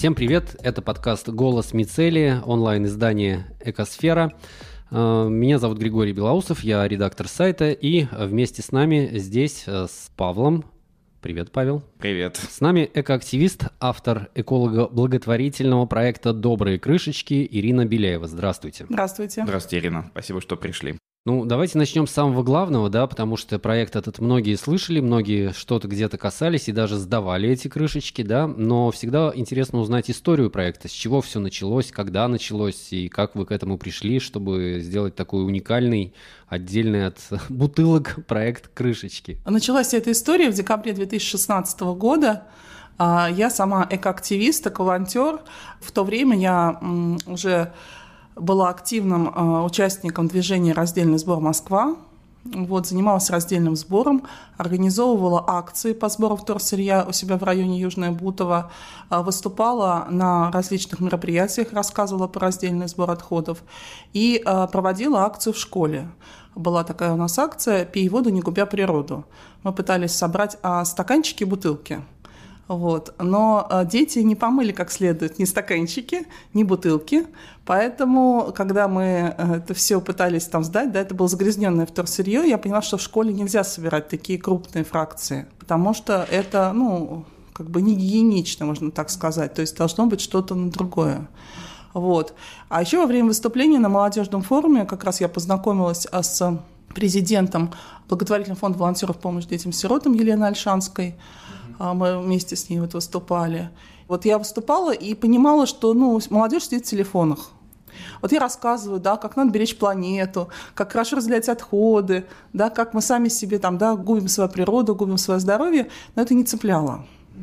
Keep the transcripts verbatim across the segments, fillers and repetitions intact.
Всем привет, это подкаст «Голос Мицелии», онлайн-издание «Экосфера». Меня зовут Григорий Белоусов, я редактор сайта, и вместе с нами здесь с Павлом. Привет, Павел. Привет. С нами экоактивист, автор эколого-благотворительного проекта «Добрые крышечки» Ирина Беляева. Здравствуйте. Здравствуйте. Здравствуйте, Ирина. Спасибо, что пришли. Ну, давайте начнем с самого главного, да, потому что проект этот многие слышали, многие что-то где-то касались и даже сдавали эти крышечки, да, но всегда интересно узнать историю проекта, с чего все началось, когда началось и как вы к этому пришли, чтобы сделать такой уникальный, отдельный от бутылок проект крышечки. Началась эта история в декабре две тысячи шестнадцатого года. Я сама экоактивист, эко-волонтер. В то время я уже была активным э, участником движения «Раздельный сбор Москва». Вот, занималась раздельным сбором, организовывала акции по сбору вторсырья у себя в районе Южное Бутово, э, выступала на различных мероприятиях, рассказывала про раздельный сбор отходов и э, проводила акцию в школе. Была такая у нас акция «Пей воду, не губя природу». Мы пытались собрать э, стаканчики и бутылки. Вот. Но дети не помыли как следует ни стаканчики, ни бутылки, поэтому, когда мы это все пытались там сдать, да, это было загрязненное вторсырье, я поняла, что в школе нельзя собирать такие крупные фракции, потому что это, ну, как бы не гигиенично, можно так сказать, то есть должно быть что-то другое. Вот. А еще во время выступления на молодежном форуме как раз я познакомилась с президентом благотворительного фонда волонтеров «Помощь детям-сиротам» Еленой Ольшанской. Мы вместе с ней вот выступали. Вот я выступала и понимала, что ну, молодежь сидит в телефонах. Вот я рассказываю, да, как надо беречь планету, как хорошо разделять отходы, да, как мы сами себе там, да, губим свою природу, губим свое здоровье, но это не цепляло.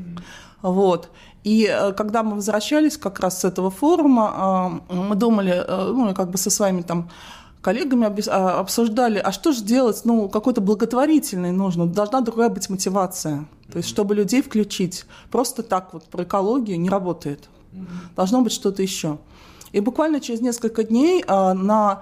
Вот. И когда мы возвращались как раз с этого форума, мы думали, ну, как бы со своими там коллегами обсуждали, а что же делать, ну, какой-то благотворительный нужно, должна другая быть мотивация, то есть чтобы людей включить. Просто так вот про экологию не работает, должно быть что-то еще. И буквально через несколько дней на,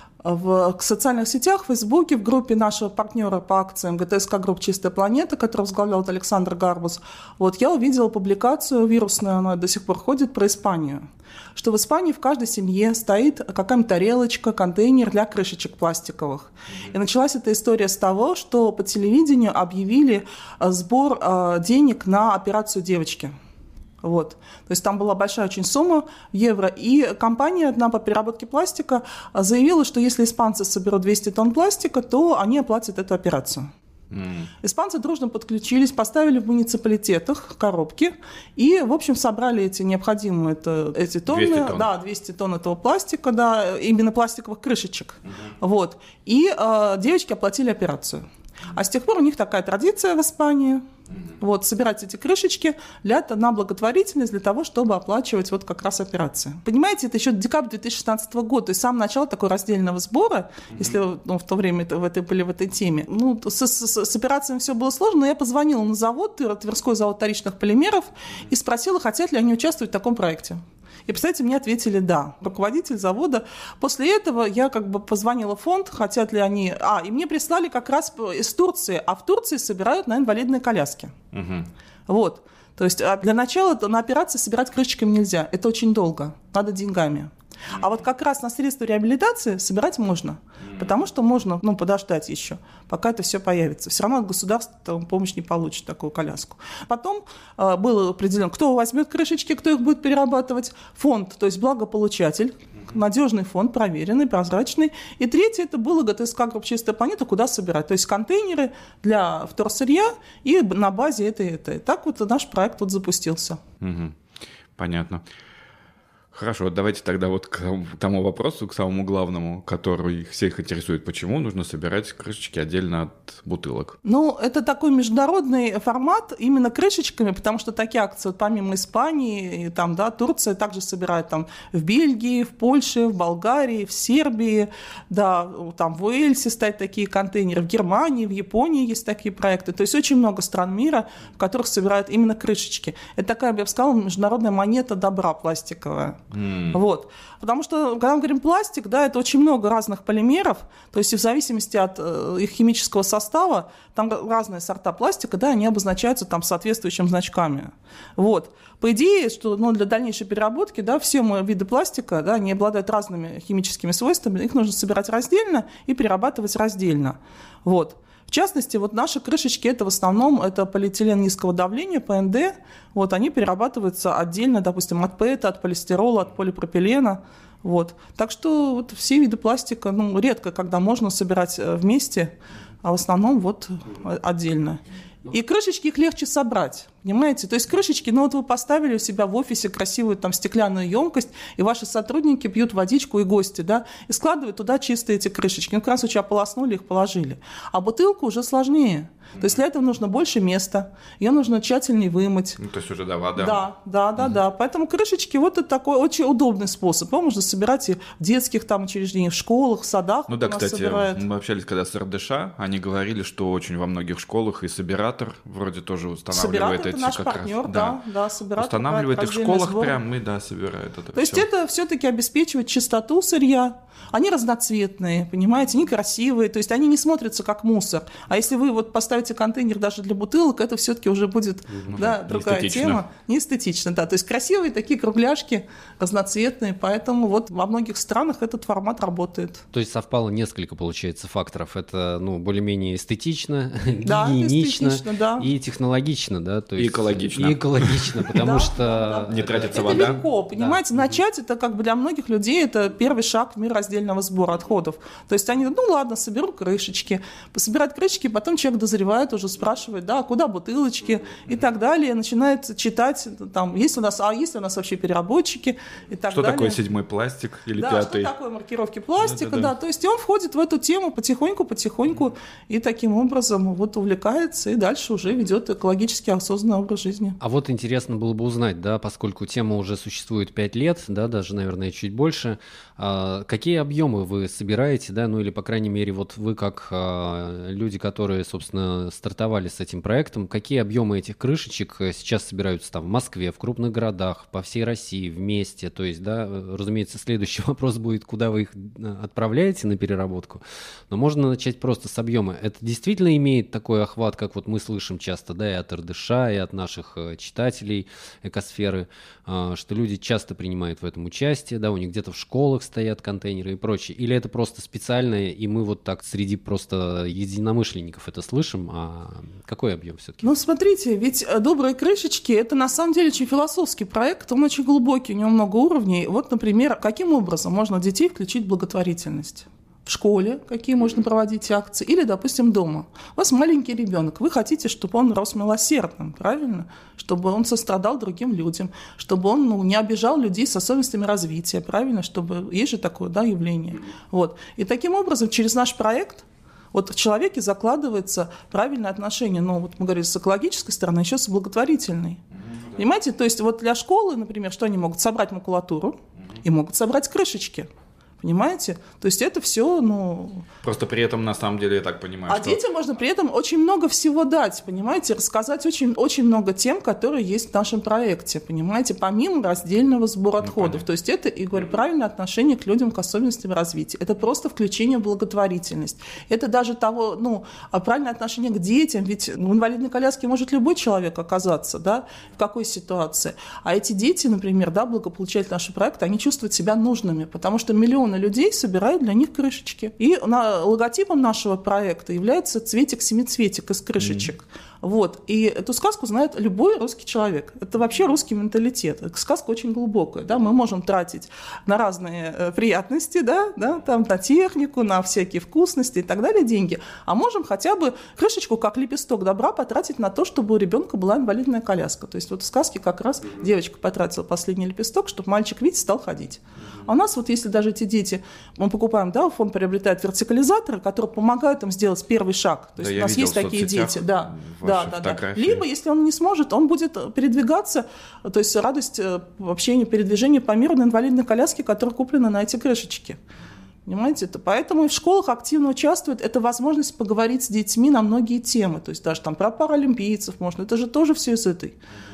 в социальных сетях, в Фейсбуке, в группе нашего партнера по акциям ГТСК Групп «Чистая планета», которую возглавлял Александр Гарбус, вот я увидела публикацию вирусную, она до сих пор ходит, про Испанию. Что в Испании в каждой семье стоит какая-нибудь тарелочка, контейнер для крышечек пластиковых. И началась эта история с того, что по телевидению объявили сбор денег на операцию девочки. Вот. То есть там была большая очень сумма евро, и компания одна по переработке пластика заявила, что если испанцы соберут двести тонн пластика, то они оплатят эту операцию. Mm. Испанцы дружно подключились, поставили в муниципалитетах коробки и, в общем, собрали эти необходимые это, эти тонны, двести тонн. Да, двести тонн этого пластика, да, именно пластиковых крышечек. Mm-hmm. Вот. И э, девочки оплатили операцию. Mm-hmm. А с тех пор у них такая традиция в Испании. Mm-hmm. Вот, собирать эти крышечки для, на благотворительность, для того, чтобы оплачивать вот как раз операцию. Понимаете, это еще декабрь две тысячи шестнадцатого года, то есть самое начало такого раздельного сбора, mm-hmm. если ну, в то время это, в этой, были в этой теме. Ну, с, с, с операциями все было сложно, но я позвонила на завод, Тверской завод вторичных полимеров, и спросила, хотят ли они участвовать в таком проекте. И, представляете, мне ответили «да». Руководитель завода. После этого я как бы позвонила в фонд, хотят ли они... А, и мне прислали как раз из Турции. А в Турции собирают на инвалидные коляски. Угу. Вот. То есть для начала на операции собирать крышечками нельзя. Это очень долго. Надо деньгами. А вот как раз на средства реабилитации собирать можно, потому что можно ну, подождать еще, пока это все появится. Все равно от государства там, помощь не получит такую коляску. Потом э, было определено, кто возьмет крышечки, кто их будет перерабатывать. Фонд, то есть благополучатель, надежный фонд, проверенный, прозрачный. И третье, это было ГТСК Групп «Чистая планета», куда собирать. То есть контейнеры для вторсырья и на базе это и это. И так вот наш проект вот запустился. Угу. Понятно. Хорошо, давайте тогда вот к тому вопросу, к самому главному, который всех интересует. Почему нужно собирать крышечки отдельно от бутылок? Ну, это такой международный формат именно крышечками, потому что такие акции, вот помимо Испании, и там, да, Турция также собирает там в Бельгии, в Польше, в Болгарии, в Сербии, да, там в Уэльсе стоят такие контейнеры, в Германии, в Японии есть такие проекты. То есть очень много стран мира, в которых собирают именно крышечки. Это такая, я бы сказала, международная монета добра пластиковая. Mm. Вот. Потому что, когда мы говорим пластик, да, это очень много разных полимеров, то есть и в зависимости от э, их химического состава, там разные сорта пластика, да, они обозначаются там соответствующими значками. Вот. По идее, что, ну, для дальнейшей переработки, да, все виды пластика, да, они обладают разными химическими свойствами, их нужно собирать раздельно и перерабатывать раздельно. Вот. В частности, вот наши крышечки, это в основном это полиэтилен низкого давления, пэ эн дэ, вот, они перерабатываются отдельно, допустим, от пэта, от полистирола, от полипропилена. Вот. Так что вот все виды пластика, ну, редко, когда можно собирать вместе, а в основном вот отдельно. И крышечки их легче собрать, понимаете? То есть крышечки, ну вот вы поставили у себя в офисе красивую там стеклянную емкость, и ваши сотрудники пьют водичку и гости, да, и складывают туда чистые эти крышечки. Ну, как раз у тебя ополоснули, их положили. А бутылку уже сложнее. То есть для этого нужно больше места, ее нужно тщательнее вымыть. Ну, то есть уже да, вода. Да, да, да, да. Поэтому крышечки вот это такой очень удобный способ. Его можно собирать и в детских там учреждениях, в школах, в садах. Ну да, кстати, собирают. Мы общались когда с эр дэ ша, они говорили, что очень во многих школах и собиратор вроде тоже устанавливает собиратор эти это наш как партнер, раз. Да, да, собиратор. Устанавливает их в школах сбор. Прям, и да, собирает это. То все. есть это все-таки обеспечивает чистоту сырья. Они разноцветные, понимаете, они красивые, то есть они не смотрятся как мусор. А если вы вот поставите контейнер даже для бутылок, это все-таки уже будет mm-hmm. да, другая тема. Не эстетично, да. То есть красивые такие кругляшки, разноцветные, поэтому вот во многих странах этот формат работает. То есть совпало несколько, получается, факторов. Это, ну, более-менее эстетично, да, гигиенично эстетично, да. и технологично, да. То есть, и экологично. И экологично, потому что... Не тратится вода. Это легко, понимаете, начать это как бы для многих людей это первый шаг в мир раздельного сбора отходов. То есть они, ну ладно, соберу крышечки, пособирать крышечки, потом человек дозревает, уже спрашивает, да, куда бутылочки и так далее, начинает читать, там, есть у нас, а есть ли у нас вообще переработчики и так что далее. Что такое седьмой пластик или да, пятый? Да, что такое маркировки пластика, да, да, да, да, то есть он входит в эту тему потихоньку-потихоньку и таким образом вот увлекается и дальше уже ведет экологически осознанный образ жизни. А вот интересно было бы узнать, да, поскольку тема уже существует пять лет, да, даже, наверное, чуть больше, а, какие объемы вы собираете, да, ну или, по крайней мере, вот вы как а, люди, которые, собственно, стартовали с этим проектом, какие объемы этих крышечек сейчас собираются там в Москве, в крупных городах, по всей России, вместе, то есть, да, разумеется, следующий вопрос будет, куда вы их отправляете на переработку, но можно начать просто с объема. Это действительно имеет такой охват, как вот мы слышим часто, да, и от эр дэ ша, и от наших читателей экосферы, что люди часто принимают в этом участие, да, у них где-то в школах стоят контейнеры и прочее, или это просто специальное, и мы вот так среди просто единомышленников это слышим, а какой объем все-таки? Ну, смотрите, ведь «Добрые крышечки» — это на самом деле очень философский проект, он очень глубокий, у него много уровней. Вот, например, каким образом можно детей включить в благотворительность? В школе какие можно проводить акции, или, допустим, дома. У вас маленький ребенок, вы хотите, чтобы он рос милосердным, правильно? Чтобы он сострадал другим людям, чтобы он, ну, не обижал людей с особенностями развития, правильно? Чтобы есть же такое, да, явление. Вот. И таким образом через наш проект вот в человеке закладывается правильное отношение, ну, вот мы говорили с экологической стороны, еще с благотворительной. Понимаете? То есть вот для школы, например, что они могут? Собрать макулатуру и могут собрать крышечки. Понимаете? То есть это все, ну... Просто при этом, на самом деле, я так понимаю, а что... детям можно при этом очень много всего дать, понимаете? Рассказать очень, очень много тем, которые есть в нашем проекте, понимаете? Помимо раздельного сбора ну, отходов. Понятно. То есть это, и говорю, правильное отношение к людям, к особенностям развития. Это просто включение в благотворительность. Это даже того, ну, правильное отношение к детям. Ведь в инвалидной коляске может любой человек оказаться, да? В какой ситуации. А эти дети, например, да, благополучатели нашего проекта, они чувствуют себя нужными, потому что миллионы людей собирают для них крышечки. И на, логотипом нашего проекта является цветик-семицветик из крышечек. Mm. Вот. И эту сказку знает любой русский человек. Это вообще русский менталитет. Сказка очень глубокая. Да? Мы можем тратить на разные э, приятности, да? Да? Там, на технику, на всякие вкусности и так далее деньги. А можем хотя бы крышечку, как лепесток добра, потратить на то, чтобы у ребенка была инвалидная коляска. То есть вот в сказке как раз mm-hmm. девочка потратила последний лепесток, чтобы мальчик, видите, стал ходить. А у нас вот если даже эти дети, мы покупаем, да, фонд приобретает вертикализаторы, которые помогают им сделать первый шаг. То есть да, у нас есть такие дети. Да, да, да, да. Либо, если он не сможет, он будет передвигаться, то есть радость общения, передвижения по миру на инвалидной коляске, которая куплена на эти крышечки. Понимаете? Это поэтому и в школах активно участвуют. Это возможность поговорить с детьми на многие темы. То есть даже там про паралимпийцев можно. Это же тоже все из этой.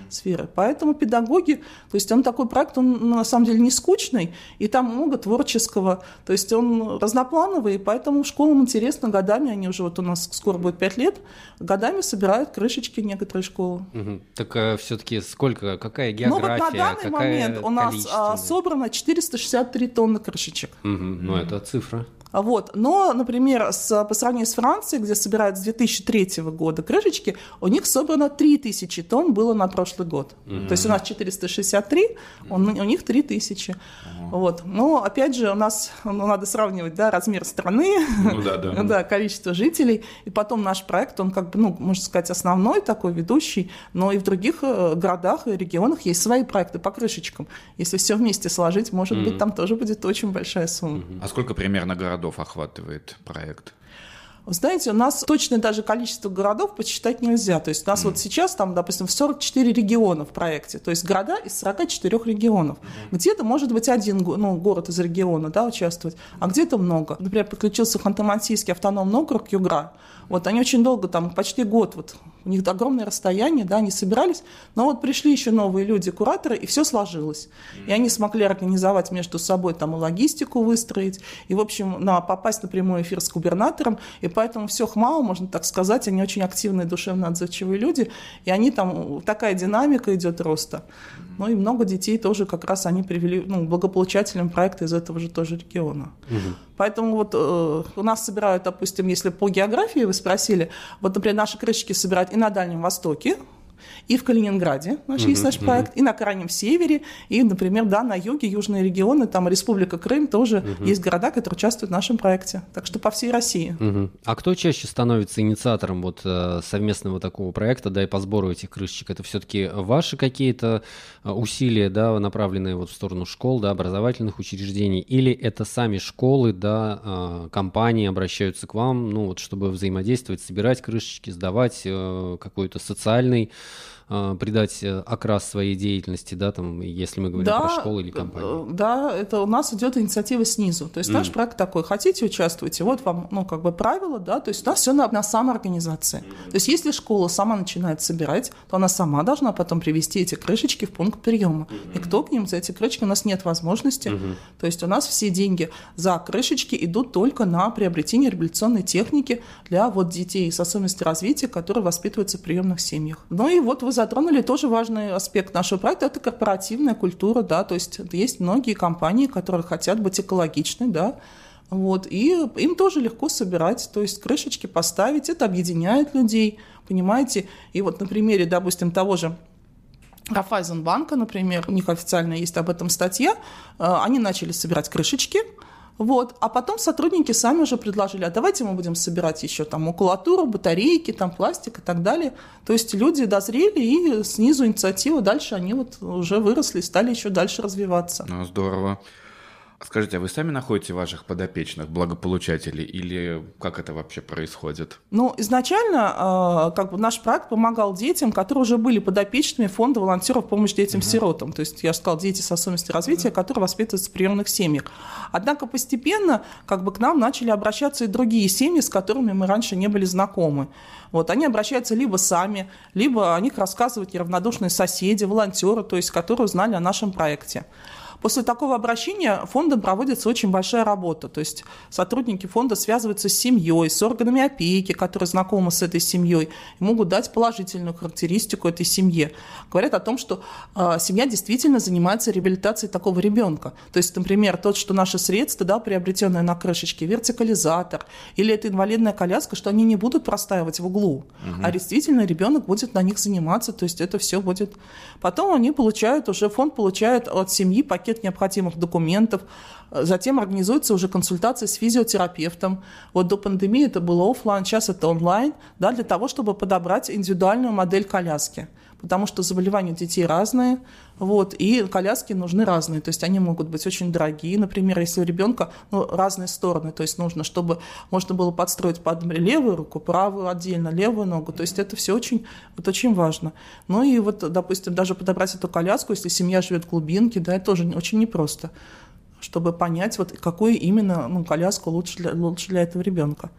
сферы. Поэтому педагоги, то есть он такой проект, он на самом деле не скучный, и там много творческого, то есть он разноплановый, и поэтому школам интересно годами, они уже вот у нас скоро будет пять лет, годами собирают крышечки некоторые школы. Угу. Так а, все-таки сколько, какая география? Ну вот на данный момент у нас а, собрано четыреста шестьдесят три тонны крышечек. Угу. Ну это цифра. Вот. Но, например, с, по сравнению с Францией, где собирают с две тысячи третьего года крышечки, у них собрано три тысячи тонн было на прошлый год. Mm-hmm. То есть у нас четыреста шестьдесят три, он, у них три тысячи. Mm-hmm. Вот. Но, опять же, у нас ну, надо сравнивать да, размер страны, ну, да, да. да, количество жителей. И потом наш проект, он как бы, ну, можно сказать, основной такой, ведущий, но и в других городах и регионах есть свои проекты по крышечкам. Если все вместе сложить, может mm-hmm. быть, там тоже будет очень большая сумма. Mm-hmm. А сколько примерно городов охватывает проект? Вы знаете, у нас точное даже количество городов посчитать нельзя. То есть у нас mm. вот сейчас там, допустим, сорок четыре региона в проекте. То есть города из сорока четырёх регионов. Mm. Где-то может быть один ну, город из региона да, участвовать, а где-то много. Например, подключился Ханты-Мансийский автономный округ Югра. Вот они очень долго, там почти год, вот, у них огромное расстояние, да, они собирались, но вот пришли еще новые люди, кураторы, и все сложилось. И они смогли организовать между собой там и логистику выстроить, и, в общем, на, попасть на прямой эфир с губернатором, и поэтому все ХМАО, можно так сказать, они очень активные, душевно отзывчивые люди, и они там, такая динамика идет роста. Ну и много детей тоже как раз они привели, ну, благополучателям проекта из этого же тоже региона. Угу. Поэтому вот э, у нас собирают, допустим, если по географии вы спросили, вот, например, наши крышечки собирают и на Дальнем Востоке, и в Калининграде наш, uh-huh, есть наш проект, uh-huh. и на Крайнем Севере, и, например, да, на юге, южные регионы, там Республика Крым, тоже uh-huh. есть города, которые участвуют в нашем проекте. Так что по всей России. Uh-huh. А кто чаще становится инициатором вот совместного такого проекта, да, и по сбору этих крышечек? Это все-таки ваши какие-то усилия, да, направленные вот в сторону школ, да, образовательных учреждений, или это сами школы, да, компании обращаются к вам, ну вот, чтобы взаимодействовать, собирать крышечки, сдавать какой-то социальный придать окрас своей деятельности, да, там, если мы говорим да, про школы или компании. Да, это у нас идет инициатива снизу. То есть mm. наш проект такой: хотите, участвуйте, вот вам, ну, как бы правила, да, то есть у нас все на, на самоорганизации. Mm. То есть если школа сама начинает собирать, то она сама должна потом привести эти крышечки в пункт приема. Mm. Никто к ним за эти крышечки, у нас нет возможности. Mm-hmm. То есть у нас все деньги за крышечки идут только на приобретение реабилитационной техники для вот детей с особенностями развития, которые воспитываются в приемных семьях. Ну и вот вы затронули тоже важный аспект нашего проекта – это корпоративная культура, да, то есть есть многие компании, которые хотят быть экологичны, да, вот, и им тоже легко собирать, то есть крышечки поставить, это объединяет людей, понимаете, и вот на примере, допустим, того же Райффайзенбанка, например, у них официально есть об этом статья, они начали собирать крышечки. Вот. А потом сотрудники сами уже предложили, а давайте мы будем собирать еще там макулатуру, батарейки, там пластик и так далее. То есть люди дозрели, и снизу инициатива, дальше они вот уже выросли, стали еще дальше развиваться. Ну, здорово. Скажите, а вы сами находите ваших подопечных, благополучателей, или как это вообще происходит? Ну, изначально как бы наш проект помогал детям, которые уже были подопечными фонда волонтеров помощи детям-сиротам. Uh-huh. То есть, я же сказала, дети с особенностями развития, uh-huh. которые воспитываются в приемных семьях. Однако постепенно как бы к нам начали обращаться и другие семьи, с которыми мы раньше не были знакомы. Вот, они обращаются либо сами, либо о них рассказывают неравнодушные соседи, волонтеры, то есть, которые узнали о нашем проекте. После такого обращения фондом проводится очень большая работа. То есть сотрудники фонда связываются с семьей, с органами опеки, которые знакомы с этой семьей, и могут дать положительную характеристику этой семье. Говорят о том, что э, семья действительно занимается реабилитацией такого ребенка. То есть, например, тот, что наши средства, да, приобретенные на крышечке, вертикализатор или это инвалидная коляска, что они не будут простаивать в углу, угу. а действительно ребенок будет на них заниматься. То есть это все будет. Потом они получают, уже фонд получает от семьи пакет необходимых документов, затем организуется уже консультация с физиотерапевтом. Вот до пандемии это было офлайн, сейчас это онлайн, да, для того, чтобы подобрать индивидуальную модель коляски. Потому что заболевания у детей разные, вот, и коляски нужны разные, то есть они могут быть очень дорогие, например, если у ребенка ну, разные стороны, то есть нужно, чтобы можно было подстроить под левую руку, правую отдельно, левую ногу, то есть это все очень, вот, очень важно. Ну и вот, допустим, даже подобрать эту коляску, если семья живет в глубинке, да, это тоже очень непросто, чтобы понять, вот, какую именно ну, коляску лучше для, лучше для этого ребенка.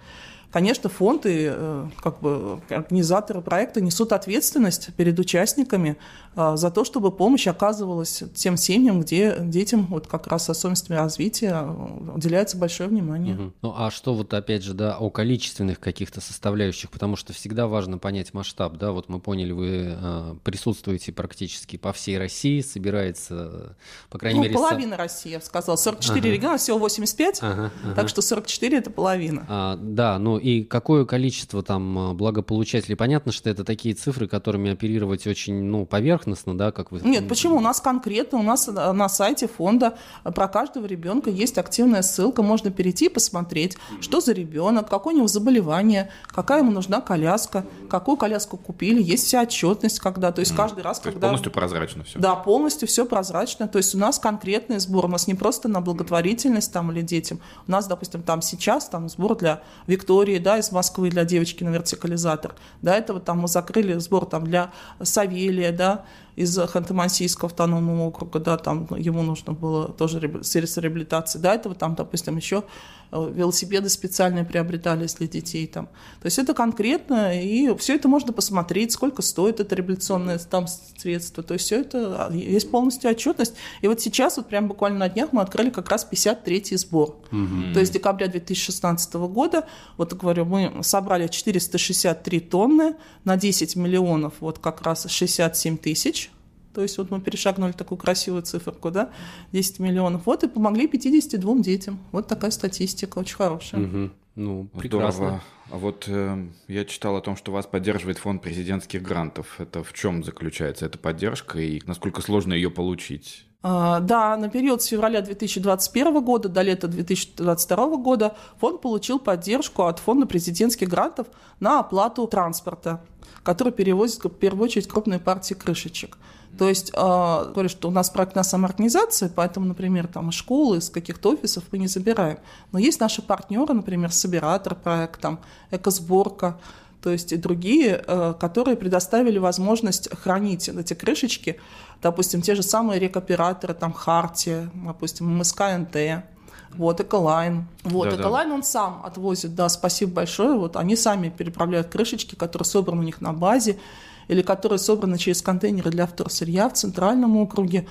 конечно, фонд и как бы организаторы проекта несут ответственность перед участниками за то, чтобы помощь оказывалась тем семьям, где детям вот как раз с особенностями развития уделяется большое внимание. Угу. Ну а что вот опять же, да, о количественных каких-то составляющих, потому что всегда важно понять масштаб, да, вот мы поняли, вы э, присутствуете практически по всей России, собирается, по крайней ну, мере... половина со... России, я бы сказала, сорок четыре ага. региона, всего восемьдесят пять, ага, ага. так что сорок четыре – это половина. А, да, ну и какое количество там благополучателей? Понятно, что это такие цифры, которыми оперировать очень, ну, поверхностно, да, как вы... Нет, почему? У нас конкретно, у нас на сайте фонда про каждого ребенка есть активная ссылка, можно перейти и посмотреть, что за ребенок, какое у него заболевание, какая ему нужна коляска, какую коляску купили, есть вся отчетность, когда, то есть каждый раз, то есть когда... полностью прозрачно все. Да, полностью все прозрачно, то есть у нас конкретный сбор, у нас не просто на благотворительность там или детям, у нас, допустим, там сейчас там сбор для Виктории, да, из Москвы для девочки на вертикализатор, до этого там мы закрыли сбор там для Савелия, да, из Ханты-Мансийского автономного округа, да, там ему нужно было тоже средства реабилитации. До этого там, допустим, еще велосипеды специальные приобретались для детей там. То есть это конкретно, и все это можно посмотреть, сколько стоит это реабилитационное там средство. То есть все это, есть полностью отчетность. И вот сейчас, вот прям буквально на днях мы открыли как раз пятьдесят третий сбор. Mm-hmm. То есть с декабря две тысячи шестнадцатого года, вот говорю, мы собрали четыреста шестьдесят три тонны на десять миллионов, вот как раз шестьдесят семь тысяч. То есть вот мы перешагнули такую красивую циферку, да, десять миллионов. Вот и помогли пятидесяти двум детям. Вот такая статистика, очень хорошая. Угу. Ну, прекрасно. Здорово. А вот э, я читал о том, что вас поддерживает фонд президентских грантов. Это в чем заключается эта поддержка и насколько сложно ее получить? Uh, да, на период с февраля две тысячи двадцать первого года до лета две тысячи двадцать второго года фонд получил поддержку от фонда президентских грантов на оплату транспорта, который перевозит в первую очередь крупные партии крышечек. То есть, э, говорю, что у нас проектная самоорганизация, поэтому, например, там из школы, из каких-то офисов мы не забираем. Но есть наши партнеры, например, Собиратор проект, там, Экосборка, то есть и другие, э, которые предоставили возможность хранить эти крышечки, допустим, те же самые рекоператоры, там, Хартия, допустим, эм эс ка эн тэ. Вот, Эколайн. Вот, да, Эколайн да. он сам отвозит, да, спасибо большое. Вот, они сами переправляют крышечки, которые собраны у них на базе, или которые собраны через контейнеры для вторсырья в центральном округе,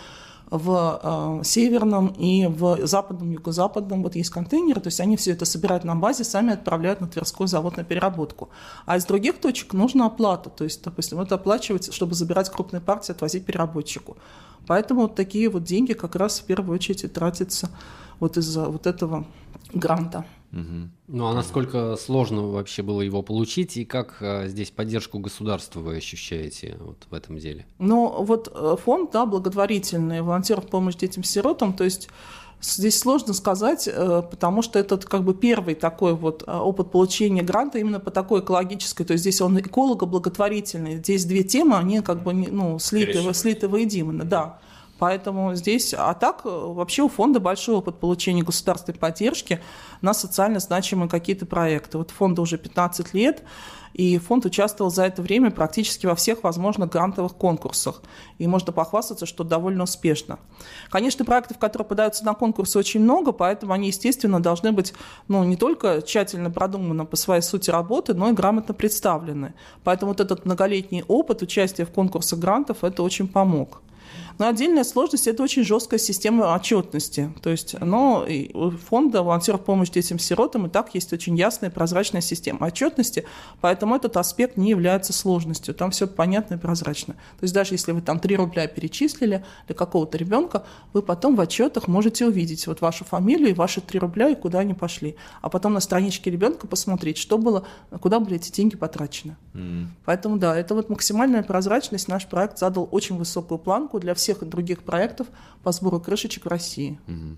в э, северном и в западном, юго-западном. Вот есть контейнеры, то есть они все это собирают на базе, сами отправляют на Тверской завод на переработку. А из других точек нужна оплата, то есть, допустим, это оплачивать, чтобы забирать крупные партии, отвозить переработчику. Поэтому вот такие вот деньги как раз в первую очередь и тратятся вот из-за вот этого гранта. Угу. Ну а насколько сложно вообще было его получить, и как а, здесь поддержку государства вы ощущаете вот в этом деле? Ну вот фонд, да, благотворительный, волонтеров помощь детям-сиротам, то есть здесь сложно сказать, потому что это как бы первый такой вот опыт получения гранта именно по такой экологической, то есть здесь он эколого-благотворительный, здесь две темы, они как бы ну, слиты, слиты воедино, да. Поэтому здесь, а так вообще у фонда большой опыт получения государственной поддержки на социально значимые какие-то проекты. Вот фонду уже пятнадцать лет, и фонд участвовал за это время практически во всех возможных грантовых конкурсах. И можно похвастаться, что довольно успешно. Конечно, проектов, которые подаются на конкурсы, очень много, поэтому они, естественно, должны быть ну, не только тщательно продуманы по своей сути работы, но и грамотно представлены. Поэтому вот этот многолетний опыт участия в конкурсах грантов, это очень помог. Но отдельная сложность – это очень жесткая система отчетности. То есть но у фонда волонтеров помощи детям-сиротам и так есть очень ясная и прозрачная система отчетности, поэтому этот аспект не является сложностью. Там все понятно и прозрачно. То есть даже если вы там три рубля перечислили для какого-то ребенка, вы потом в отчетах можете увидеть вот вашу фамилию и ваши три рубля и куда они пошли. А потом на страничке ребенка посмотреть, что было, куда были эти деньги потрачены. Mm. Поэтому да, это вот максимальная прозрачность. Наш проект задал очень высокую планку для всех других проектов по сбору крышечек в России. Угу.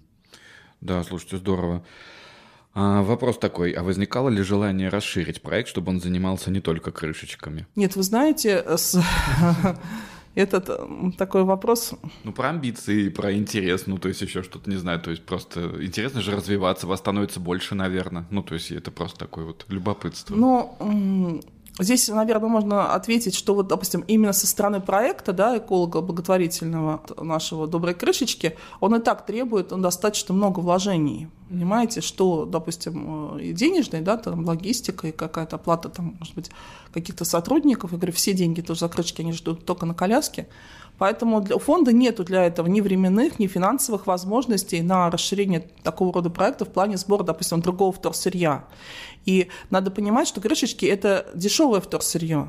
Да, слушайте, здорово. А, вопрос такой, а возникало ли желание расширить проект, чтобы он занимался не только крышечками? Нет, вы знаете, с... этот такой вопрос... Ну, про амбиции, про интерес, ну, то есть еще что-то, не знаю, то есть просто интересно же развиваться, вас становится больше, наверное. Ну, то есть это просто такое вот любопытство. Ну... Здесь, наверное, можно ответить, что вот, допустим, именно со стороны проекта, да, эколога благотворительного нашего «Доброй крышечки», он и так требует он достаточно много вложений. Понимаете, что, допустим, и денежные, да, там логистика, и какая-то оплата, там, может быть, каких-то сотрудников. Я говорю, все деньги тоже за крышечки, они ждут только на коляске. Поэтому для, у фонда нету для этого ни временных, ни финансовых возможностей на расширение такого рода проектов в плане сбора, допустим, другого вторсырья. И надо понимать, что крышечки – это дешевое вторсырье,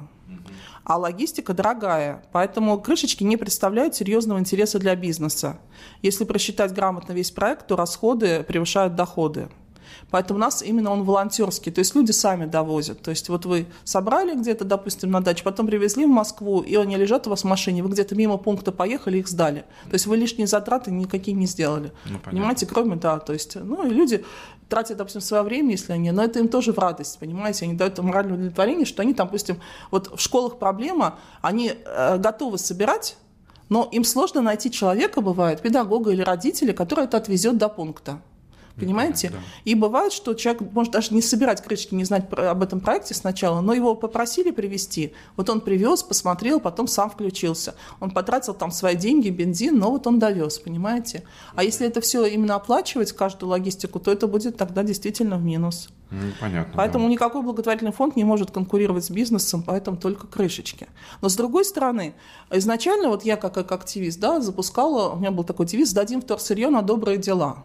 а логистика дорогая. Поэтому крышечки не представляют серьезного интереса для бизнеса. Если просчитать грамотно весь проект, то расходы превышают доходы. Поэтому у нас именно он волонтерский, то есть люди сами довозят. То есть вот вы собрали где-то, допустим, на даче, потом привезли в Москву, и они лежат у вас в машине, вы где-то мимо пункта поехали, их сдали. То есть вы лишние затраты никакие не сделали. Ну, понимаете, кроме, да, то есть, ну, и люди тратят, допустим, свое время, если они, но это им тоже в радость, понимаете, они дают моральное удовлетворение, что они там, допустим, вот в школах проблема, они э, готовы собирать, но им сложно найти человека, бывает, педагога или родителя, который это отвезет до пункта. Понимаете? Да. И бывает, что человек может даже не собирать крышечки, не знать об этом проекте сначала, но его попросили привезти. Вот он привез, посмотрел, потом сам включился. Он потратил там свои деньги, бензин, но вот он довез, понимаете? А если это все именно оплачивать, каждую логистику, то это будет тогда действительно в минус. Понятно. Поэтому да. никакой благотворительный фонд не может конкурировать с бизнесом, поэтому только крышечки. Но с другой стороны, изначально вот я как, как активист, да, запускала, у меня был такой девиз «Сдадим вторсырье на добрые дела».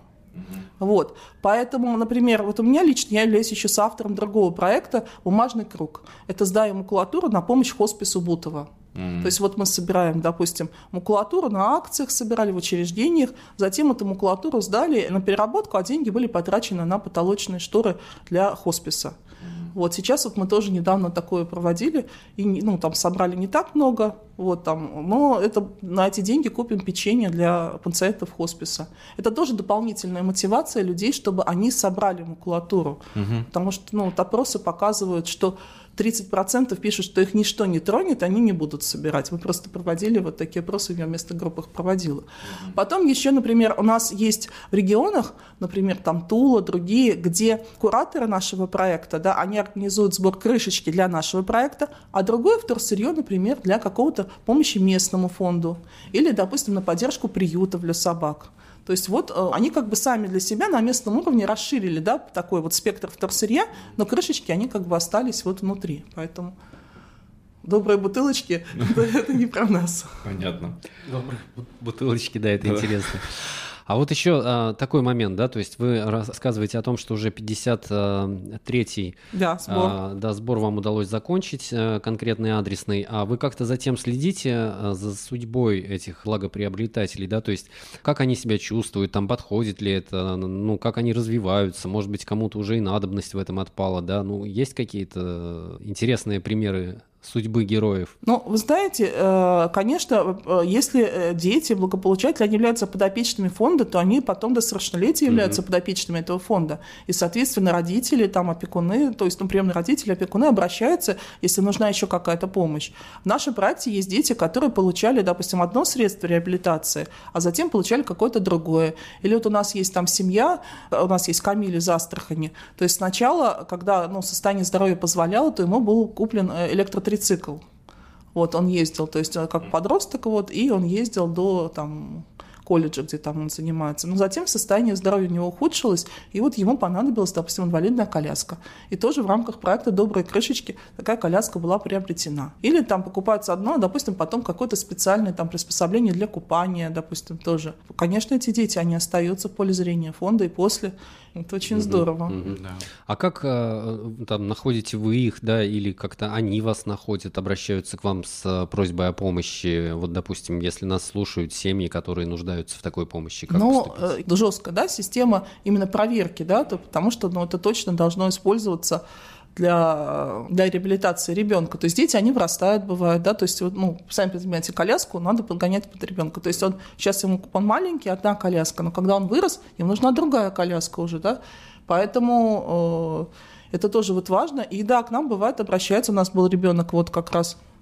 Вот. Поэтому, например, вот у меня лично, я являюсь еще соавтором другого проекта «Бумажный круг». Это «Сдаем макулатуру на помощь хоспису Бутово». Mm-hmm. То есть вот мы собираем, допустим, макулатуру на акциях, собирали в учреждениях, затем эту макулатуру сдали на переработку, а деньги были потрачены на потолочные шторы для хосписа. Mm-hmm. Вот сейчас вот мы тоже недавно такое проводили, и ну, там собрали не так много, вот, там, но это, на эти деньги купим печенье для пациентов хосписа. Это тоже дополнительная мотивация людей, чтобы они собрали макулатуру. Mm-hmm. Потому что ну, вот опросы показывают, что тридцать процентов пишут, что их ничто не тронет, они не будут собирать. Мы просто проводили вот такие опросы, я вместо групп их проводила. Mm-hmm. Потом еще, например, у нас есть в регионах, например, там Тула, другие, где кураторы нашего проекта, да, они организуют сбор крышечки для нашего проекта, а другое вторсырье, например, для какого-то помощи местному фонду или, допустим, на поддержку приютов для собак. То есть вот э, они как бы сами для себя на местном уровне расширили, да, такой вот спектр вторсырья, но крышечки, они как бы остались вот внутри. Поэтому добрые бутылочки, это не про нас. Понятно. Добрые бутылочки, да, это интересно. А вот еще а, такой момент, да, то есть вы рассказываете о том, что уже пятьдесят третий да, сбор. А, да, сбор вам удалось закончить, а, конкретный адресный, а вы как-то затем следите а, за судьбой этих благоприобретателей, да, то есть как они себя чувствуют, там подходит ли это, ну, как они развиваются, может быть, кому-то уже и надобность в этом отпала, да, ну, есть какие-то интересные примеры судьбы героев? Ну, вы знаете, конечно, если дети, благополучатели, они являются подопечными фонда, то они потом до совершеннолетия являются mm-hmm. подопечными этого фонда. И, соответственно, родители, там, опекуны, то есть, ну, приемные родители, опекуны обращаются, если нужна еще какая-то помощь. В нашем проекте есть дети, которые получали, допустим, одно средство реабилитации, а затем получали какое-то другое. Или вот у нас есть там семья, у нас есть Камиль из Астрахани. То есть сначала, когда ну, состояние здоровья позволяло, то ему был куплен электротрицикл. Трицикл. Вот он ездил, то есть как подросток, вот, и он ездил до там, колледжа, где там он занимается. Но затем состояние здоровья у него ухудшилось, и вот ему понадобилась, допустим, инвалидная коляска. И тоже в рамках проекта «Добрые крышечки» такая коляска была приобретена. Или там покупается одно, а, допустим, потом какое-то специальное там приспособление для купания, допустим, тоже. Конечно, эти дети, они остаются в поле зрения фонда и после. Это очень угу, здорово. Угу. Да. А как там находите вы их, да, или как-то они вас находят, обращаются к вам с просьбой о помощи? Вот, допустим, если нас слушают семьи, которые нуждаются в такой помощи, как ну, поступить? Ну, жесткая, да, система именно проверки, да, то, потому что ну, это точно должно использоваться для, для реабилитации ребенка. То есть дети, они вырастают, бывают, да, то есть, ну, сами понимаете, коляску надо подгонять под ребенка. То есть он, сейчас ему, он маленький, одна коляска, но когда он вырос, ему нужна другая коляска уже, да, поэтому э, это тоже вот важно. И да, к нам бывает обращаются, у нас был ребенок вот как раз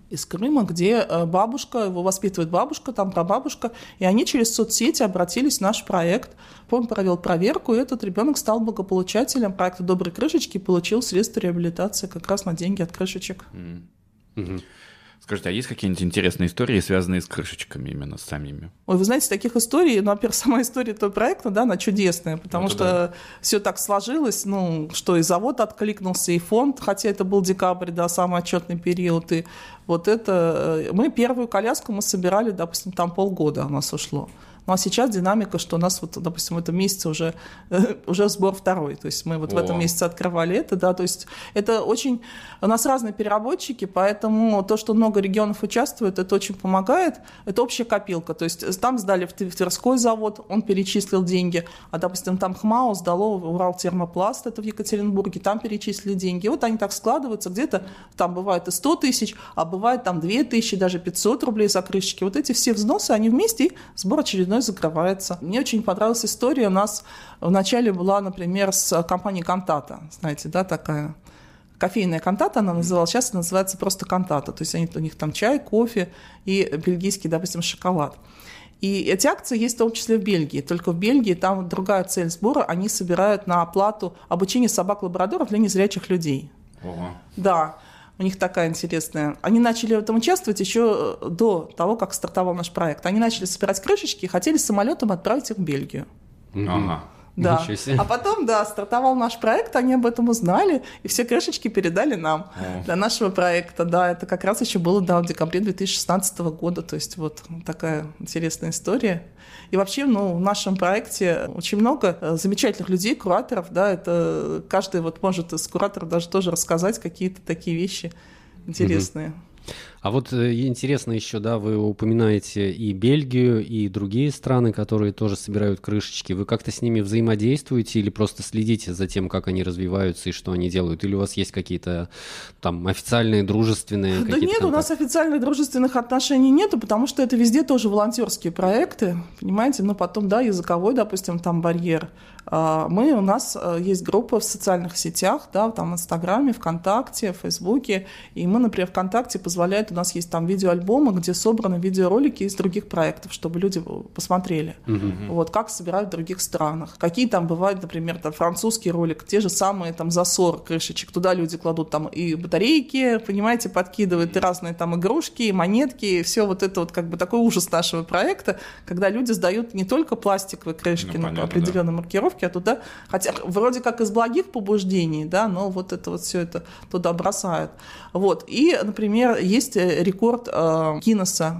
из Крыма, где бабушка, его воспитывает бабушка, там прабабушка, и они через соцсети обратились в наш проект. Он провел проверку, и этот ребенок стал благополучателем проекта «Добрые крышечки», получил средства реабилитации как раз на деньги от крышечек. Mm-hmm. Скажите, а есть какие-нибудь интересные истории, связанные с крышечками именно с самими? Ой, вы знаете, таких историй, ну, во-первых, сама история этого проекта, да, она чудесная, потому Это что да. все так сложилось, ну, что и завод откликнулся, и фонд, хотя это был декабрь, да, самый отчетный период, и вот это... Мы первую коляску мы собирали, допустим, там полгода у нас ушло. Ну, а сейчас динамика, что у нас, вот, допустим, в этом месяце уже, уже сбор второй. То есть мы вот О. в этом месяце открывали это, да, то есть это очень... У нас разные переработчики, поэтому то, что много регионов участвует, это очень помогает. Это общая копилка. То есть там сдали в Тверской завод, он перечислил деньги, а, допустим, там ХМАО сдало Уралтермопласт, это в Екатеринбурге, там перечислили деньги. И вот они так складываются, где-то там бывает и сто тысяч, а бывает там две тысячи, даже пятьсот рублей за крышечки. Вот эти все взносы, они вместе, и сбор очередной закрывается. Мне очень понравилась история. У нас вначале была, например, с компанией «Кантата». Знаете, да, такая кофейная «Кантата» она называлась. Сейчас она называется просто «Кантата». То есть они, у них там чай, кофе и бельгийский, допустим, шоколад. И эти акции есть в том числе в Бельгии. Только в Бельгии там другая цель сбора. Они собирают на оплату обучения собак-лабрадоров для незрячих людей. Ого. Да. У них такая интересная. Они начали в этом участвовать еще до того, как стартовал наш проект. Они начали собирать крышечки и хотели самолетом отправить их в Бельгию. Ага. Да. А потом, да, стартовал наш проект, они об этом узнали, и все крышечки передали нам О. для нашего проекта. Да, это как раз еще было, да, в декабре две тысячи шестнадцатого года. То есть вот такая интересная история. И вообще, ну, в нашем проекте очень много замечательных людей, кураторов, да, это каждый вот может из кураторов даже тоже рассказать какие-то такие вещи интересные. Угу. А вот интересно еще, да, вы упоминаете и Бельгию, и другие страны, которые тоже собирают крышечки. Вы как-то с ними взаимодействуете или просто следите за тем, как они развиваются и что они делают? Или у вас есть какие-то там официальные, дружественные Да какие-то нет, контакты? У нас официальных дружественных отношений нету, потому что это везде тоже волонтерские проекты, понимаете? Ну, потом, да, языковой, допустим, там барьер. Мы, у нас есть группа в социальных сетях, да, там в Инстаграме, ВКонтакте, в Фейсбуке, и мы, например, ВКонтакте позволяет, у нас есть там видеоальбомы, где собраны видеоролики из других проектов, чтобы люди посмотрели, uh-huh. вот, как собирают в других странах. Какие там бывают, например, там французский ролик, те же самые там засор крышечек, туда люди кладут там и батарейки, понимаете, подкидывают и разные там игрушки, и монетки, и все вот это вот как бы такой ужас нашего проекта, когда люди сдают не только пластиковые крышки, ну, на определенной да. маркировке, а туда, хотя вроде как из благих побуждений, да, но вот это вот все это туда бросают. Вот. И, например, есть рекорд э, Гиннесса.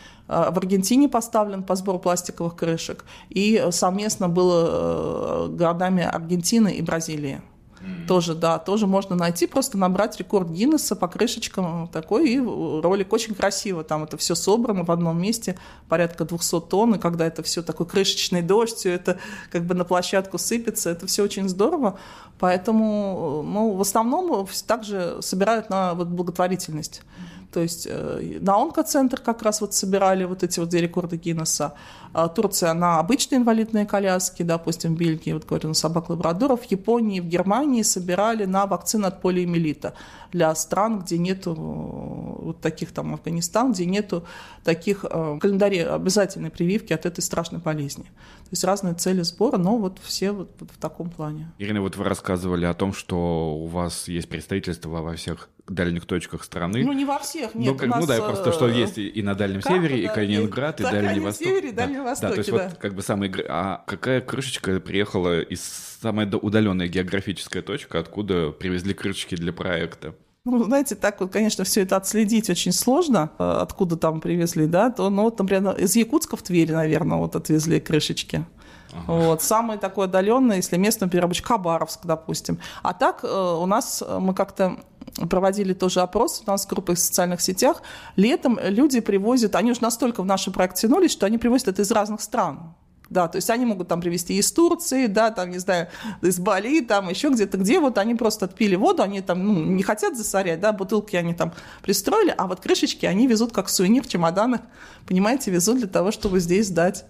В Аргентине поставлен по сбору пластиковых крышек, и совместно было городами Аргентины и Бразилии. Mm-hmm. Тоже, да, тоже можно найти, просто набрать рекорд Гиннесса по крышечкам такой, и ролик очень красиво, там это все собрано в одном месте, порядка двести тонн, и когда это все такой крышечный дождь, все это как бы на площадку сыпется, это все очень здорово, поэтому, ну, в основном также собирают на вот, благотворительность. То есть на онкоцентр как раз вот собирали вот эти вот две рекорды Гиннесса. Турция на обычные инвалидные коляски, допустим, в Бельгии, вот говорю, на собак-лабрадоров. В Японии, в Германии собирали на вакцины от полиомиелита для стран, где нету вот таких, там, Афганистан, где нету таких календарей обязательной прививки от этой страшной болезни. То есть разные цели сбора, но вот все вот в таком плане. Ирина, вот вы рассказывали о том, что у вас есть представительство во всех дальних точках страны. Ну, не во всех, нет. Ну, как, у нас, ну да, просто что есть и, и на Дальнем карта, Севере, да, и Калининград, и, и Дальний Восток. Севере, и да. Дальнем Востоке, да. То есть да. вот как бы самый... А какая крышечка приехала из самой удаленной географической точки, откуда привезли крышечки для проекта? Ну, знаете, так вот, конечно, все это отследить очень сложно, откуда там привезли, да, то, ну, вот, например, из Якутска в Тверь, наверное, вот отвезли крышечки. Ага. Вот, самый такой отдаленный, если местный перерабочий, Хабаровск, допустим. А так у нас, мы как-то проводили тоже опрос, у нас группа в социальных сетях, летом люди привозят, они уже настолько в наш проект тянулись, что они привозят это из разных стран. Да, то есть они могут там привезти из Турции, да, там, не знаю, из Бали, там еще где-то, где вот они просто отпили воду, они там, ну, не хотят засорять, да, бутылки они там пристроили, а вот крышечки они везут как сувенир в чемоданах, понимаете, везут для того, чтобы здесь сдать.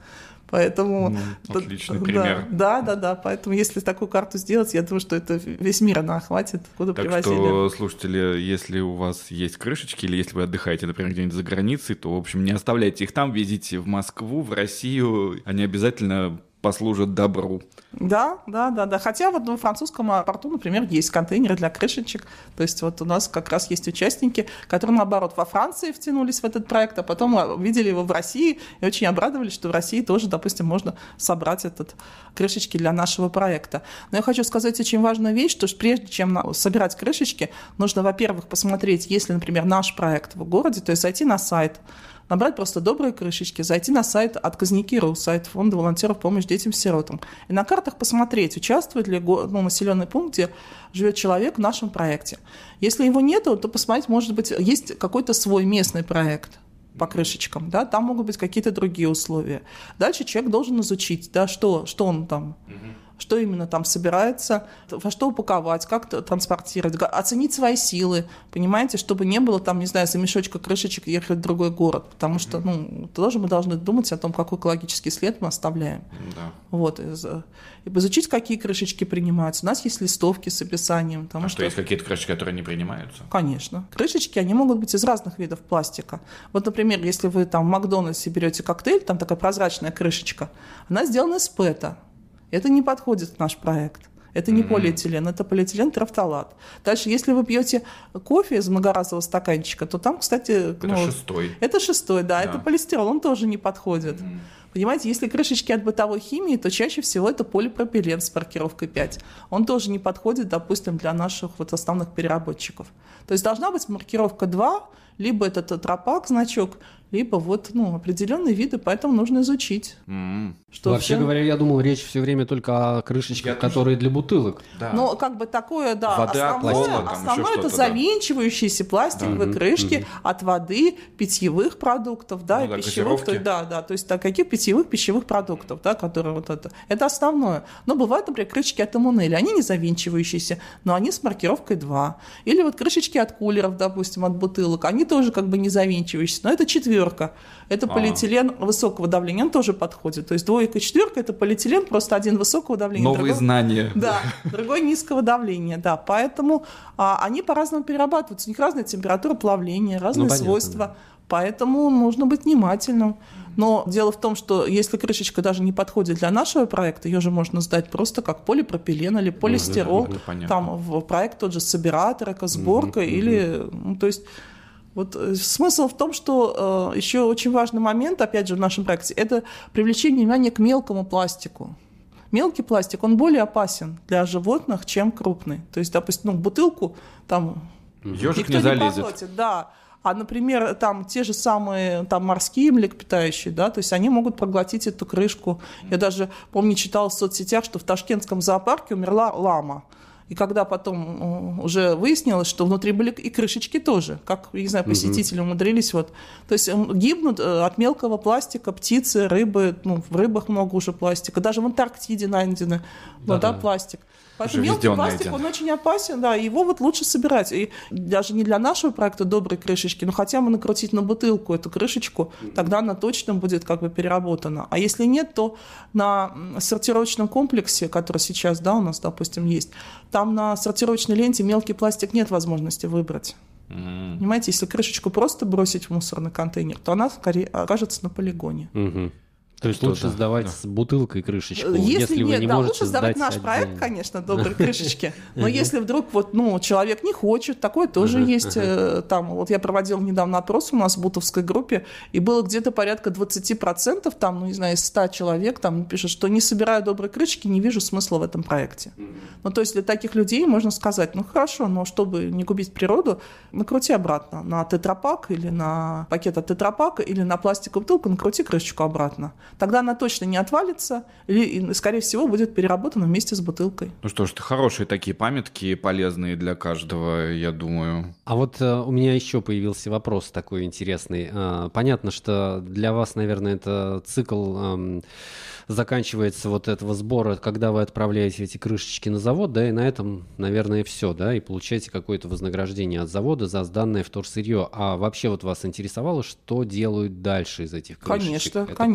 Поэтому... Mm, отличный да, пример. Да, да, да. Поэтому если такую карту сделать, я думаю, что это весь мир она охватит, куда так привозили. Так что, слушатели, если у вас есть крышечки, или если вы отдыхаете, например, где-нибудь за границей, то, в общем, не оставляйте их там, везите в Москву, в Россию. Они обязательно послужат добру. Да, да, да, да. Хотя вот во французском порту, например, есть контейнеры для крышечек. То есть вот у нас как раз есть участники, которые, наоборот, во Франции втянулись в этот проект, а потом увидели его в России и очень обрадовались, что в России тоже, допустим, можно собрать этот крышечки для нашего проекта. Но я хочу сказать очень важную вещь, что прежде чем собирать крышечки, нужно, во-первых, посмотреть, есть ли, например, наш проект в городе, то есть зайти на сайт, набрать просто добрые крышечки, зайти на сайт Отказники точка ру, сайт Фонда волонтеров помощи детям-сиротам, и на картах посмотреть, участвует ли ну, населенный пункт, где живет человек в нашем проекте. Если его нету, то посмотреть, может быть, есть какой-то свой местный проект по крышечкам, да, там могут быть какие-то другие условия. Дальше человек должен изучить, да, что, что он там... что именно там собирается, во что упаковать, как транспортировать, оценить свои силы, понимаете, чтобы не было там, не знаю, за мешочка крышечек ехать в другой город, потому что, ну, тоже мы должны думать о том, какой экологический след мы оставляем. Да. Вот, и изучить, какие крышечки принимаются. У нас есть листовки с описанием. А что, что есть какие-то крышечки, которые не принимаются? Конечно. Крышечки, они могут быть из разных видов пластика. Вот, например, если вы там в Макдональдсе берете коктейль, там такая прозрачная крышечка, она сделана из пэта. Это не подходит в наш проект. Это не mm-hmm. полиэтилен, это полиэтилен-терафталат. Дальше, если вы пьете кофе из многоразового стаканчика, то там, кстати... Это ну, шестой. Это шестой, да, да. Это полистирол, он тоже не подходит. Mm-hmm. Понимаете, если крышечки от бытовой химии, то чаще всего это полипропилен с маркировкой пять. Он тоже не подходит, допустим, для наших вот основных переработчиков. То есть должна быть маркировка два, либо это тетрапак значок, либо вот ну, определенные виды, поэтому нужно изучить. Mm. Что Вообще все... говоря, я думал, речь все время только о крышечках, я которые тоже... для бутылок. Да. Но как бы такое, да, вода, основное, пластик, основное это завинчивающиеся пластиковые да. крышки mm-hmm. от воды, питьевых продуктов, да, ну, и да, пищевых, то, да, да, то есть да, каких питьевых пищевых продуктов, да, которые вот это, это основное. Но бывают, например, крышечки от Эмунели, они не завинчивающиеся, но они с маркировкой два. Или вот крышечки от кулеров, допустим, от бутылок, они тоже как бы не завинчивающиеся, но это четвертый. Это полиэтилен А-а-а. высокого давления, он тоже подходит. То есть двойка и четверка – это полиэтилен, просто один высокого давления. Новые другой, знания. Да, другой низкого давления, да. Поэтому а, они по-разному перерабатываются. У них разная температура плавления, разные ну, свойства. Да. Поэтому нужно быть внимательным. Но дело в том, что если крышечка даже не подходит для нашего проекта, ее же можно сдать просто как полипропилен или полистирол. Ну, там в проект тот же собиратор, экосборка угу, или… Угу. Ну, то есть… Вот смысл в том, что э, еще очень важный момент, опять же, в нашем проекте, это привлечение внимания к мелкому пластику. Мелкий пластик, он более опасен для животных, чем крупный. То есть, допустим, ну, бутылку там ежик никто не залезет. Не проглотит, да. А, например, там те же самые там, морские млекопитающие, да, то есть они могут проглотить эту крышку. Я даже, помню, читала в соцсетях, что в Ташкентском зоопарке умерла лама. И когда потом уже выяснилось, что внутри были и крышечки тоже, как, не знаю, посетители умудрились. Вот. То есть гибнут от мелкого пластика птицы, рыбы, ну, в рыбах много уже пластика, даже в Антарктиде найдены, да, ну, да, пластик. Поэтому мелкий он пластик, найден. Он очень опасен, да, его вот лучше собирать. И даже не для нашего проекта добрые крышечки, но хотя бы накрутить на бутылку эту крышечку, тогда она точно будет как бы переработана. А если нет, то на сортировочном комплексе, который сейчас, да, у нас, допустим, есть, там на сортировочной ленте мелкий пластик нет возможности выбрать. Mm. Понимаете, если крышечку просто бросить в мусорный контейнер, то она скорее окажется на полигоне. Mm-hmm. То есть лучше да. сдавать да. с бутылкой крышечку, если, если нет, вы не да, можете лучше сдавать наш отдельно. проект, конечно, добрые крышечки. Но если вдруг вот, ну, человек не хочет, такое тоже есть. Там, вот я проводила недавно опрос у нас в бутовской группе, и было где-то порядка двадцать процентов, там, ну, не знаю, из ста человек, там пишут, что не собираю добрые крышечки, не вижу смысла в этом проекте. Ну, то есть для таких людей можно сказать, ну, хорошо, но чтобы не губить природу, накрути обратно на тетрапак или на пакет от тетрапака или на пластиковую бутылку, накрути крышечку обратно. Тогда она точно не отвалится, и, скорее всего, будет переработана вместе с бутылкой. Ну что ж, это хорошие такие памятки, полезные для каждого, я думаю. А вот э, у меня еще появился вопрос такой интересный. Э, понятно, что для вас, наверное, это цикл э, заканчивается вот этого сбора, когда вы отправляете эти крышечки на завод, да, и на этом, наверное, все, да, и получаете какое-то вознаграждение от завода за сданное вторсырье. А вообще вот вас интересовало, что делают дальше из этих крышечек? Конечно, это... конечно.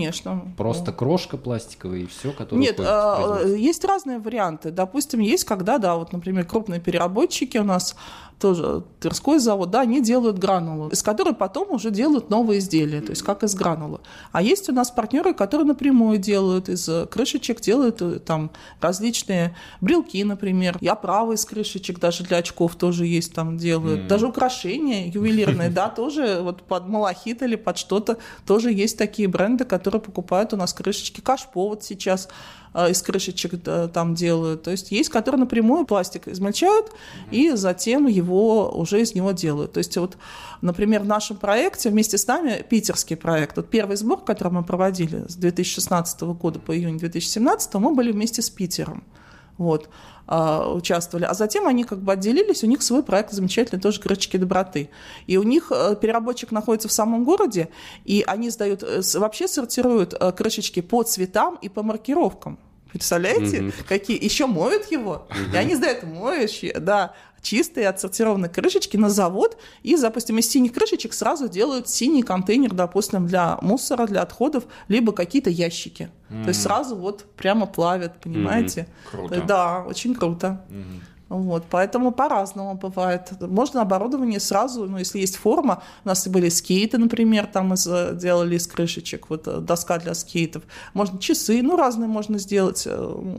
Просто крошка пластиковая и все, которое Нет, есть разные варианты. Допустим, есть когда, да, вот, например, крупные переработчики у нас, тоже Тверской завод, да, они делают гранулу, из которой потом уже делают новые изделия, то есть как из гранулы. А есть у нас партнеры, которые напрямую делают из крышечек, делают там различные брелки, например, и оправы из крышечек, даже для очков тоже есть, там делают. Mm. Даже украшения ювелирные, да, тоже вот под малахит или под что-то, тоже есть такие бренды, которые покупают у нас крышечки. Кашпо вот сейчас из крышечек там делают. То есть есть, которые напрямую пластик измельчают и затем его уже из него делают. То есть вот, например, в нашем проекте вместе с нами питерский проект. Вот первый сбор, который мы проводили с две тысячи шестнадцатого года по июнь две тысячи семнадцатого, мы были вместе с Питером. Вот, участвовали. А затем они как бы отделились, у них свой проект замечательный, тоже крышечки доброты. И у них переработчик находится в самом городе, и они сдают, вообще сортируют крышечки по цветам и по маркировкам. Представляете, mm-hmm. какие? Еще моют его, mm-hmm. и они сдают моющие, да, чистые отсортированные крышечки на завод, и, допустим, из синих крышечек сразу делают синий контейнер, допустим, для мусора, для отходов, либо какие-то ящики. Mm-hmm. То есть сразу вот прямо плавят, понимаете? Mm-hmm. Круто. Да, очень круто. Mm-hmm. Вот, поэтому по-разному бывает. Можно оборудование сразу, ну, если есть форма, у нас были скейты, например, там из, делали из крышечек, вот доска для скейтов. Можно часы, ну, разные можно сделать.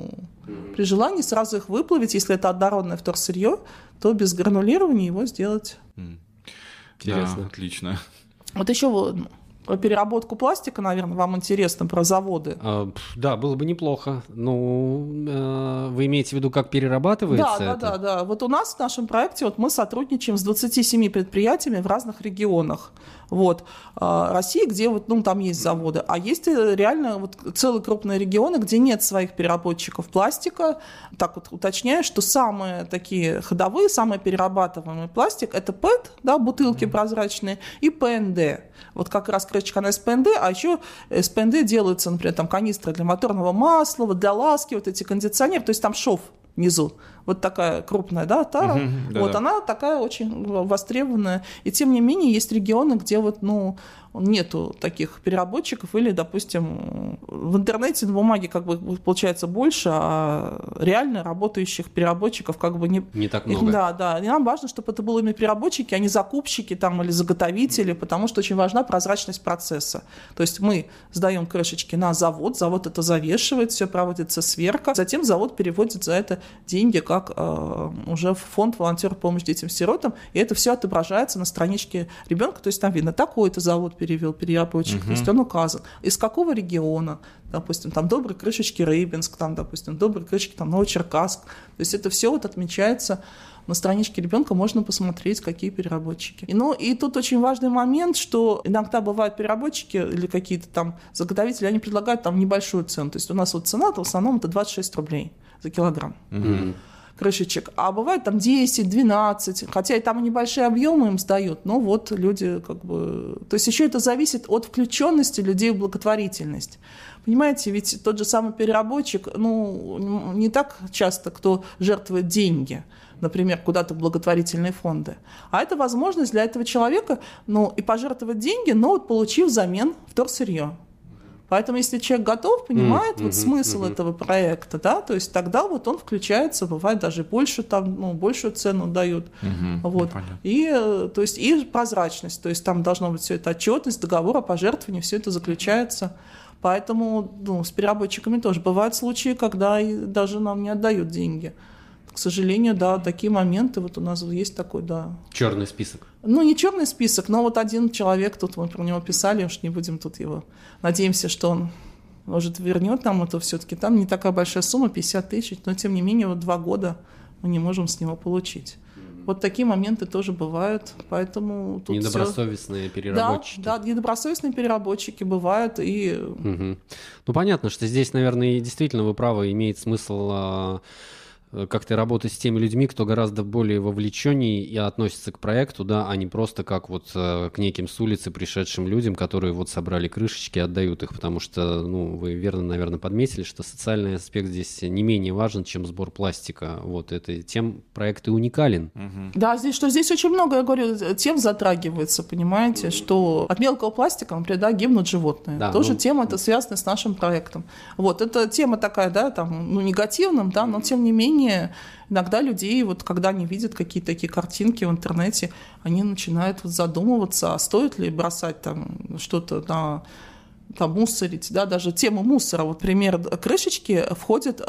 При желании сразу их выплавить, если это однородное вторсырье, то без гранулирования его сделать. Интересно. Да, отлично. Вот еще про переработку пластика, наверное, вам интересно, про заводы. А, да, было бы неплохо. Ну, э, вы имеете в виду, как перерабатывается да, это? Да, да, да. Вот у нас в нашем проекте вот мы сотрудничаем с двадцатью семью предприятиями в разных регионах. Вот. России, где вот, ну, там есть заводы, а есть реально вот целые крупные регионы, где нет своих переработчиков пластика. Так вот уточняю, что самые такие ходовые, самые перерабатываемый пластик – это пэт, да, бутылки прозрачные, и пэ эн дэ. Вот как раз крышечка на эс пэ эн дэ, а еще эс пэ эн дэ делаются, например, там канистры для моторного масла, вот для ласки, вот эти кондиционеры, то есть там шов внизу. Вот такая крупная, да, тара. Uh-huh, да, вот да. Она такая очень востребованная. И тем не менее есть регионы, где вот, ну, нету таких переработчиков, или, допустим, в интернете на бумаге как бы получается больше, а реально работающих переработчиков как бы не... Не так много. Их, да, да. И нам важно, чтобы это были именно переработчики, а не закупщики там, или заготовители, потому что очень важна прозрачность процесса. То есть мы сдаем крышечки на завод, завод это завешивает, все проводится сверка, затем завод переводит за это деньги как э, уже в фонд волонтеров помощи детям-сиротам, и это все отображается на страничке ребенка, то есть там видно, такой-то завод перевел переработчик, uh-huh. то есть он указан, из какого региона, допустим, там добрые крышечки Рыбинск, там, допустим, добрые крышечки там Новочеркасск, то есть это все вот отмечается на страничке ребенка, можно посмотреть, какие переработчики. И, ну, и тут очень важный момент, что иногда бывают переработчики или какие-то там заготовители, они предлагают там небольшую цену, то есть у нас вот цена, то в основном это двадцать шесть рублей за килограмм. Uh-huh. крышечек, а бывает там десять, двенадцать, хотя и там небольшие объемы им сдают, но вот люди как бы... То есть еще это зависит от включенности людей в благотворительность. Понимаете, ведь тот же самый переработчик, ну, не так часто кто жертвует деньги, например, куда-то в благотворительные фонды, а это возможность для этого человека, ну, и пожертвовать деньги, но вот получив взамен вторсырье. Поэтому, если человек готов, понимает mm-hmm, вот смысл mm-hmm. этого проекта, да, то есть тогда вот он включается, бывает даже больше там, ну, большую цену дают, mm-hmm, вот, и, то есть, и прозрачность, то есть там должно быть все это отчетность, договор о пожертвовании, все это заключается, поэтому, ну, с переработчиками тоже бывают случаи, когда и даже нам не отдают деньги. К сожалению, да, такие моменты, вот у нас есть такой, да. Черный список. Ну, не черный список, но вот один человек, тут мы про него писали, уж не будем тут его, надеемся, что он, может, вернет нам это все-таки. Там не такая большая сумма, пятьдесят тысяч, но тем не менее вот два года мы не можем с него получить. Вот такие моменты тоже бывают, поэтому тут недобросовестные всё... переработчики. Да, да, недобросовестные переработчики бывают. И... Угу. Ну, понятно, что здесь, наверное, действительно вы правы, имеет смысл... как-то работать с теми людьми, кто гораздо более вовлеченнее и относится к проекту, да, а не просто как вот к неким с улицы пришедшим людям, которые вот собрали крышечки и отдают их, потому что, ну, вы верно, наверное, подметили, что социальный аспект здесь не менее важен, чем сбор пластика. Вот это тем проект и уникален. Угу. Да, здесь, что здесь очень много, я говорю, тем затрагивается, понимаете, что от мелкого пластика, например, да, гибнут животные. Да, тоже ну... тема это связана с нашим проектом. Вот, это тема такая, да, там, ну, негативным, да, но тем не менее иногда людей, вот когда они видят какие-то такие картинки в интернете, они начинают вот задумываться, а стоит ли бросать там что-то на там, мусорить, да, даже тема мусора. Вот пример крышечки входит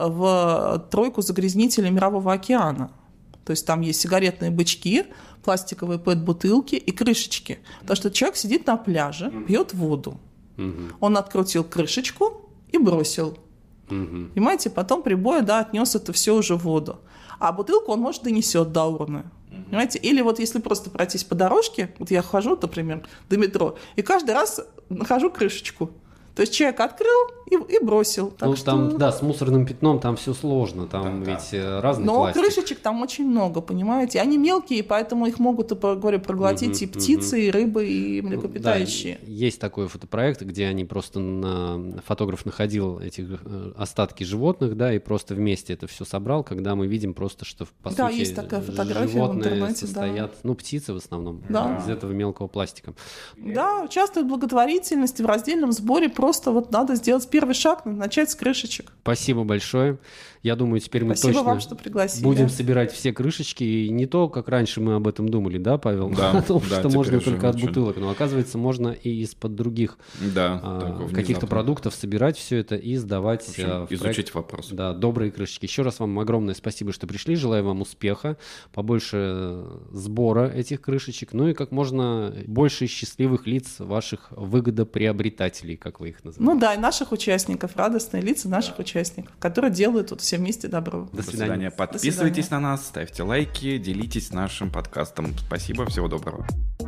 в тройку загрязнителей Мирового океана. То есть там есть сигаретные бычки, пластиковые пэт-бутылки и крышечки. Потому что человек сидит на пляже, пьет воду. Он открутил крышечку и бросил. Угу. Понимаете, потом прибой, да, отнес это все уже в воду. А бутылку он, может, донесет до урны. Угу. Понимаете? Или вот если просто пройтись по дорожке, вот я хожу, например, до метро, и каждый раз нахожу крышечку. То есть человек открыл и, и бросил. Так ну, что... там, да, с мусорным пятном там все сложно, там да, ведь да. разный Но пластик. крышечек там очень много, понимаете? Они мелкие, поэтому их могут, говорю, проглотить uh-huh, и птицы, uh-huh. и рыбы, и млекопитающие. Да, есть такой фотопроект, где они просто, на... фотограф находил эти остатки животных, да, и просто вместе это все собрал, когда мы видим просто, что, по да, сути, есть такая фотография животные в интернете, состоят, да. ну, птицы в основном, да. из этого мелкого пластика. Да, участвуют в благотворительности, в раздельном сборе, просто вот надо сделать первый шаг, начать с крышечек. Спасибо большое. Я думаю, теперь мы Спасибо точно вам, что пригласили. будем собирать все крышечки. И не то, как раньше мы об этом думали, да, Павел? Да, о том, да, что можно только от очень... бутылок. Но оказывается, можно и из-под других да, а, каких-то продуктов собирать все это и сдавать. В общем, в изучить вопрос. Да, добрые крышечки. Еще раз вам огромное спасибо, что пришли. Желаю вам успеха, побольше сбора этих крышечек, ну и как можно больше счастливых лиц ваших выгодоприобретателей, как вы их называете. Ну да, и наших участников, радостные лица наших да. участников, которые делают тут все вместе добро. До свидания. До свидания. Подписывайтесь До свидания. на нас, ставьте лайки, делитесь нашим подкастом. Спасибо, всего доброго.